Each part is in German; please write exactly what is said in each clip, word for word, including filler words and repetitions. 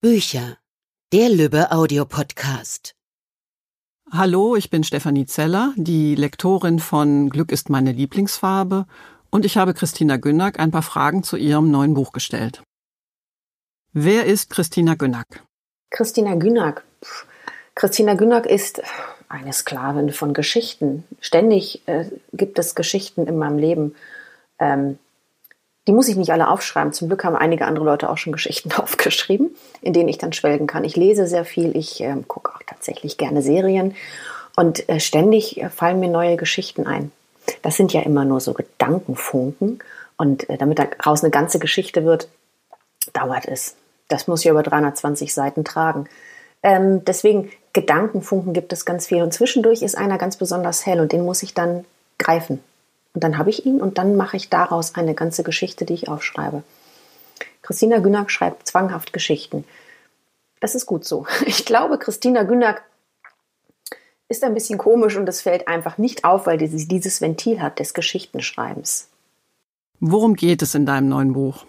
Bücher, der Lübbe Audiopodcast. Hallo, ich bin Stefanie Zeller, die Lektorin von Glück ist meine Lieblingsfarbe, und ich habe Christina Günnack ein paar Fragen zu ihrem neuen Buch gestellt. Wer ist Christina Günnack? Christina Günnack. Pff. Christina Günnack ist eine Sklavin von Geschichten. Ständig äh, gibt es Geschichten in meinem Leben. Ähm, die muss ich nicht alle aufschreiben. Zum Glück haben einige andere Leute auch schon Geschichten aufgeschrieben, in denen ich dann schwelgen kann. Ich lese sehr viel, ich äh, gucke auch tatsächlich gerne Serien und äh, ständig äh, fallen mir neue Geschichten ein. Das sind ja immer nur so Gedankenfunken und äh, damit daraus eine ganze Geschichte wird, dauert es. Das muss ja über dreihundertzwanzig Seiten tragen. Ähm, deswegen, Gedankenfunken gibt es ganz viel. Und zwischendurch ist einer ganz besonders hell und den muss ich dann greifen. Und dann habe ich ihn und dann mache ich daraus eine ganze Geschichte, die ich aufschreibe. Christina Günnack schreibt zwanghaft Geschichten. Das ist gut so. Ich glaube, Christina Günnack ist ein bisschen komisch und es fällt einfach nicht auf, weil sie dieses Ventil hat des Geschichtenschreibens. Worum geht es in deinem neuen Buch?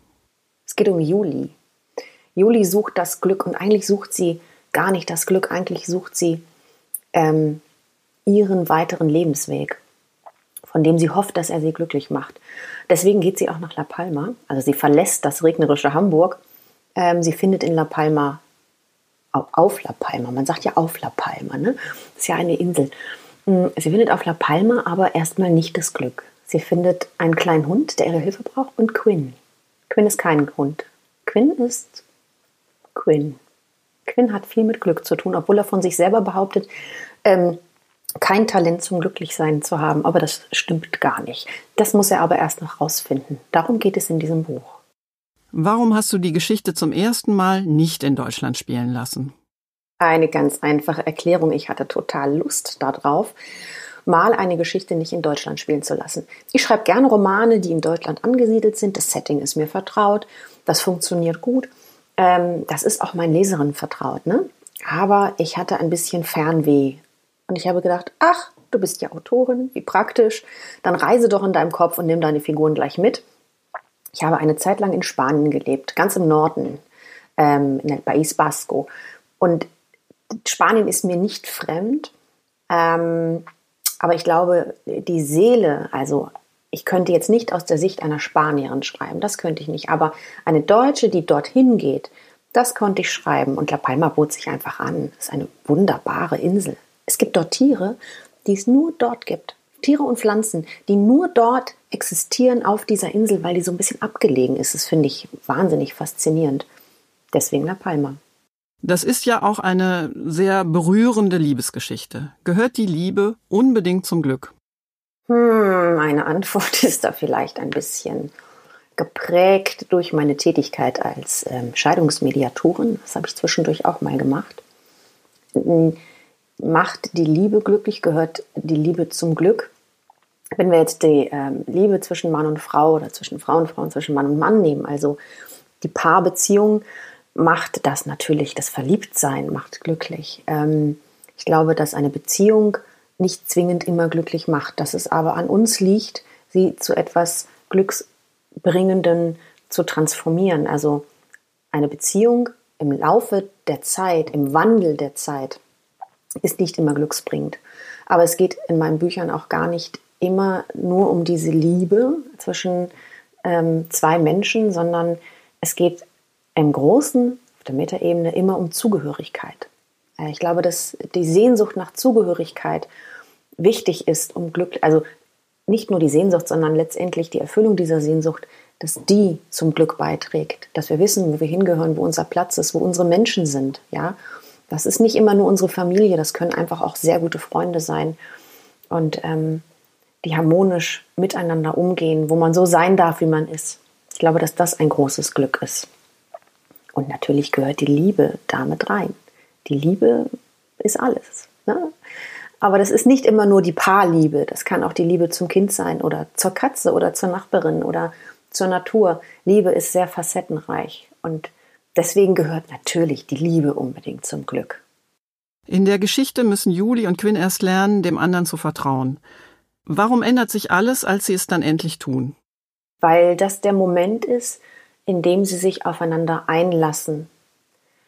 Es geht um Juli. Juli sucht das Glück und eigentlich sucht sie gar nicht das Glück, eigentlich sucht sie ähm, ihren weiteren Lebensweg, von dem sie hofft, dass er sie glücklich macht. Deswegen geht sie auch nach La Palma, also sie verlässt das regnerische Hamburg, ähm, sie findet in La Palma, auf, auf La Palma, man sagt ja auf La Palma, ne? Das ist ja eine Insel. Sie findet auf La Palma aber erstmal nicht das Glück. Sie findet einen kleinen Hund, der ihre Hilfe braucht, und Quinn. Quinn ist kein Hund. Quinn ist Quinn. Quinn hat viel mit Glück zu tun, obwohl er von sich selber behauptet, ähm, kein Talent zum Glücklichsein zu haben. Aber das stimmt gar nicht. Das muss er aber erst noch rausfinden. Darum geht es in diesem Buch. Warum hast du die Geschichte zum ersten Mal nicht in Deutschland spielen lassen? Eine ganz einfache Erklärung. Ich hatte total Lust darauf, mal eine Geschichte nicht in Deutschland spielen zu lassen. Ich schreibe gerne Romane, die in Deutschland angesiedelt sind. Das Setting ist mir vertraut. Das funktioniert gut. Ähm, das ist auch meinen Leserinnen vertraut, ne? Aber ich hatte ein bisschen Fernweh. Und ich habe gedacht, ach, du bist ja Autorin, wie praktisch. Dann reise doch in deinem Kopf und nimm deine Figuren gleich mit. Ich habe eine Zeit lang in Spanien gelebt, ganz im Norden, ähm, in el País Vasco. Und Spanien ist mir nicht fremd. Ähm, aber ich glaube, die Seele, also ich könnte jetzt nicht aus der Sicht einer Spanierin schreiben, das könnte ich nicht. Aber eine Deutsche, die dorthin geht, das konnte ich schreiben. Und La Palma bot sich einfach an. Das ist eine wunderbare Insel. Es gibt dort Tiere, die es nur dort gibt. Tiere und Pflanzen, die nur dort existieren auf dieser Insel, weil die so ein bisschen abgelegen ist. Das finde ich wahnsinnig faszinierend. Deswegen La Palma. Das ist ja auch eine sehr berührende Liebesgeschichte. Gehört die Liebe unbedingt zum Glück? Hm, meine Antwort ist da vielleicht ein bisschen geprägt durch meine Tätigkeit als ähm, Scheidungsmediatorin. Das habe ich zwischendurch auch mal gemacht. Macht die Liebe glücklich? Gehört die Liebe zum Glück? Wenn wir jetzt die ähm, Liebe zwischen Mann und Frau oder zwischen Frau und Frau und zwischen Mann und Mann nehmen, also die Paarbeziehung, macht das natürlich, das Verliebtsein macht glücklich. Ähm, ich glaube, dass eine Beziehung nicht zwingend immer glücklich macht, dass es aber an uns liegt, sie zu etwas Glücksbringendem zu transformieren. Also eine Beziehung im Laufe der Zeit, im Wandel der Zeit, ist nicht immer glücksbringend. Aber es geht in meinen Büchern auch gar nicht immer nur um diese Liebe zwischen ähm, zwei Menschen, sondern es geht im Großen, auf der Metaebene, immer um Zugehörigkeit. Äh, ich glaube, dass die Sehnsucht nach Zugehörigkeit wichtig ist, um Glück, also nicht nur die Sehnsucht, sondern letztendlich die Erfüllung dieser Sehnsucht, dass die zum Glück beiträgt, dass wir wissen, wo wir hingehören, wo unser Platz ist, wo unsere Menschen sind, ja. Das ist nicht immer nur unsere Familie, das können einfach auch sehr gute Freunde sein und ähm, die harmonisch miteinander umgehen, wo man so sein darf, wie man ist. Ich glaube, dass das ein großes Glück ist. Und natürlich gehört die Liebe damit rein. Die Liebe ist alles, ne? Aber das ist nicht immer nur die Paarliebe. Das kann auch die Liebe zum Kind sein oder zur Katze oder zur Nachbarin oder zur Natur. Liebe ist sehr facettenreich und deswegen gehört natürlich die Liebe unbedingt zum Glück. In der Geschichte müssen Juli und Quinn erst lernen, dem anderen zu vertrauen. Warum ändert sich alles, als sie es dann endlich tun? Weil das der Moment ist, in dem sie sich aufeinander einlassen.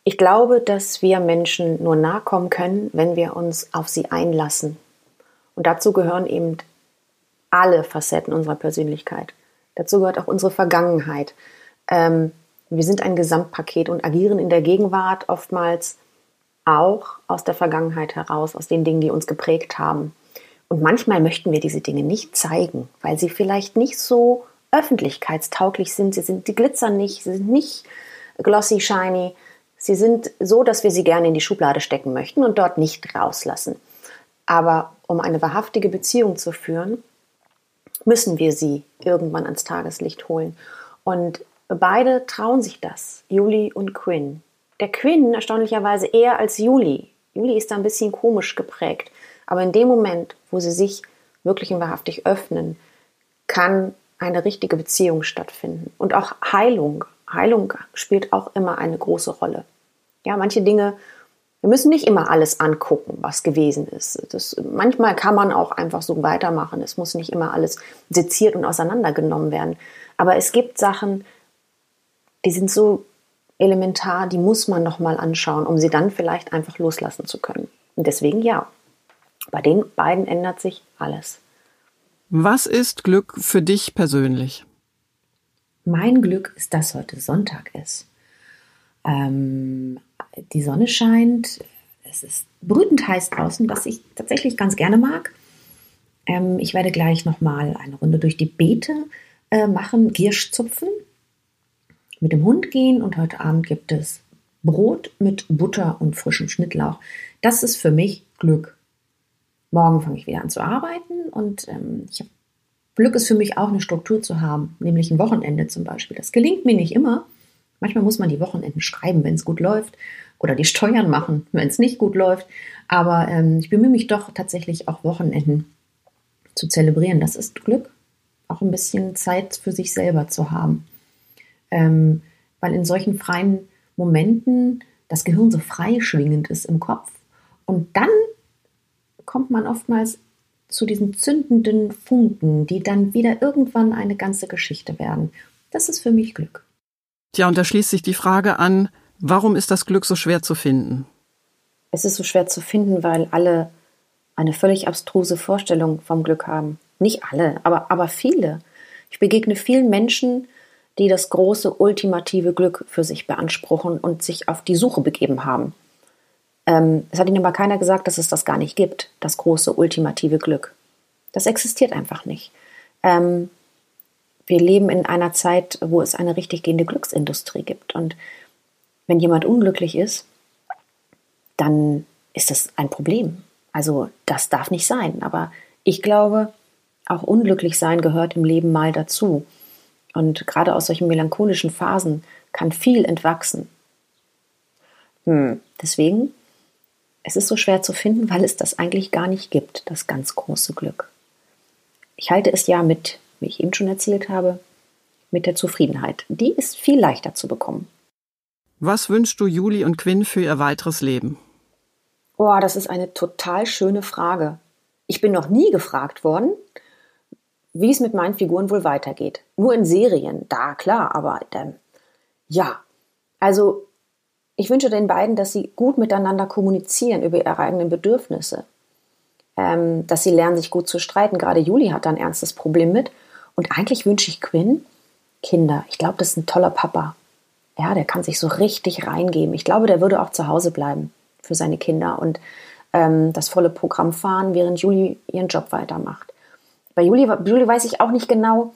Ich glaube, dass wir Menschen nur nahe kommen können, wenn wir uns auf sie einlassen. Und dazu gehören eben alle Facetten unserer Persönlichkeit. Dazu gehört auch unsere Vergangenheit. Ähm, wir sind ein Gesamtpaket und agieren in der Gegenwart oftmals auch aus der Vergangenheit heraus, aus den Dingen, die uns geprägt haben. Und manchmal möchten wir diese Dinge nicht zeigen, weil sie vielleicht nicht so öffentlichkeitstauglich sind. Sie sind, die glitzern nicht, sie sind nicht glossy, shiny. Sie sind so, dass wir sie gerne in die Schublade stecken möchten und dort nicht rauslassen. Aber um eine wahrhaftige Beziehung zu führen, müssen wir sie irgendwann ans Tageslicht holen. Und beide trauen sich das, Julie und Quinn. Der Quinn erstaunlicherweise eher als Julie. Julie ist da ein bisschen komisch geprägt. Aber in dem Moment, wo sie sich wirklich und wahrhaftig öffnen, kann eine richtige Beziehung stattfinden. Und auch Heilung. Heilung spielt auch immer eine große Rolle. Ja, manche Dinge, wir müssen nicht immer alles angucken, was gewesen ist. Das, manchmal kann man auch einfach so weitermachen. Es muss nicht immer alles seziert und auseinandergenommen werden. Aber es gibt Sachen, die sind so elementar, die muss man noch mal anschauen, um sie dann vielleicht einfach loslassen zu können. Und deswegen ja, bei den beiden ändert sich alles. Was ist Glück für dich persönlich? Mein Glück ist, dass heute Sonntag ist. Ähm, die Sonne scheint, es ist brütend heiß draußen, was ich tatsächlich ganz gerne mag. Ähm, ich werde gleich nochmal eine Runde durch die Beete äh, machen, Giersch zupfen, mit dem Hund gehen und heute Abend gibt es Brot mit Butter und frischem Schnittlauch. Das ist für mich Glück. Morgen fange ich wieder an zu arbeiten und ähm, ich habe Glück ist für mich auch eine Struktur zu haben, nämlich ein Wochenende zum Beispiel. Das gelingt mir nicht immer. Manchmal muss man die Wochenenden schreiben, wenn es gut läuft, oder die Steuern machen, wenn es nicht gut läuft. Aber ähm, ich bemühe mich doch tatsächlich auch Wochenenden zu zelebrieren. Das ist Glück, auch ein bisschen Zeit für sich selber zu haben. Ähm, weil in solchen freien Momenten das Gehirn so freischwingend ist im Kopf. Und dann kommt man oftmals zu diesen zündenden Funken, die dann wieder irgendwann eine ganze Geschichte werden. Das ist für mich Glück. Tja, und da schließt sich die Frage an, warum ist das Glück so schwer zu finden? Es ist so schwer zu finden, weil alle eine völlig abstruse Vorstellung vom Glück haben. Nicht alle, aber, aber viele. Ich begegne vielen Menschen, die das große, ultimative Glück für sich beanspruchen und sich auf die Suche begeben haben. Ähm, es hat ihnen aber keiner gesagt, dass es das gar nicht gibt, das große, ultimative Glück. Das existiert einfach nicht. Ähm, wir leben in einer Zeit, wo es eine richtig gehende Glücksindustrie gibt. Und wenn jemand unglücklich ist, dann ist das ein Problem. Also das darf nicht sein. Aber ich glaube, auch unglücklich sein gehört im Leben mal dazu. Und gerade aus solchen melancholischen Phasen kann viel entwachsen. Hm. Deswegen, es ist so schwer zu finden, weil es das eigentlich gar nicht gibt, das ganz große Glück. Ich halte es ja mit, wie ich eben schon erzählt habe, mit der Zufriedenheit. Die ist viel leichter zu bekommen. Was wünschst du Julie und Quinn für ihr weiteres Leben? Oh, das ist eine total schöne Frage. Ich bin noch nie gefragt worden, wie es mit meinen Figuren wohl weitergeht. Nur in Serien, da klar, aber ähm, ja. Also ich wünsche den beiden, dass sie gut miteinander kommunizieren über ihre eigenen Bedürfnisse. Ähm, dass sie lernen, sich gut zu streiten. Gerade Julie hat da ein ernstes Problem mit. Und eigentlich wünsche ich Quinn Kinder. Ich glaube, das ist ein toller Papa. Ja, der kann sich so richtig reingeben. Ich glaube, der würde auch zu Hause bleiben für seine Kinder und ähm, das volle Programm fahren, während Julie ihren Job weitermacht. Bei Julie, Julie weiß ich auch nicht genau,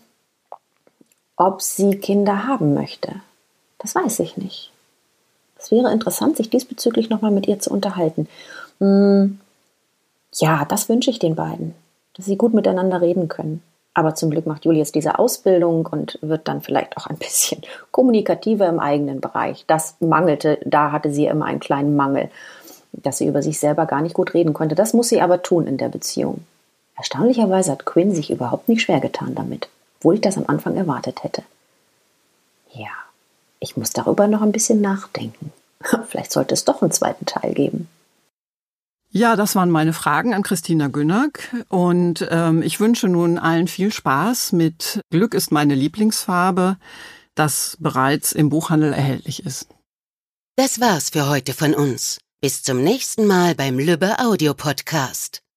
ob sie Kinder haben möchte. Das weiß ich nicht. Es wäre interessant, sich diesbezüglich nochmal mit ihr zu unterhalten. Hm, ja, das wünsche ich den beiden, dass sie gut miteinander reden können. Aber zum Glück macht Julie jetzt diese Ausbildung und wird dann vielleicht auch ein bisschen kommunikativer im eigenen Bereich. Das mangelte, da hatte sie immer einen kleinen Mangel, dass sie über sich selber gar nicht gut reden konnte. Das muss sie aber tun in der Beziehung. Erstaunlicherweise hat Quinn sich überhaupt nicht schwer getan damit, obwohl ich das am Anfang erwartet hätte. Ja, ich muss darüber noch ein bisschen nachdenken. Vielleicht sollte es doch einen zweiten Teil geben. Ja, das waren meine Fragen an Christina Günnack und ähm, ich wünsche nun allen viel Spaß mit Glück ist meine Lieblingsfarbe, das bereits im Buchhandel erhältlich ist. Das war's für heute von uns. Bis zum nächsten Mal beim Lübbe Audio Podcast.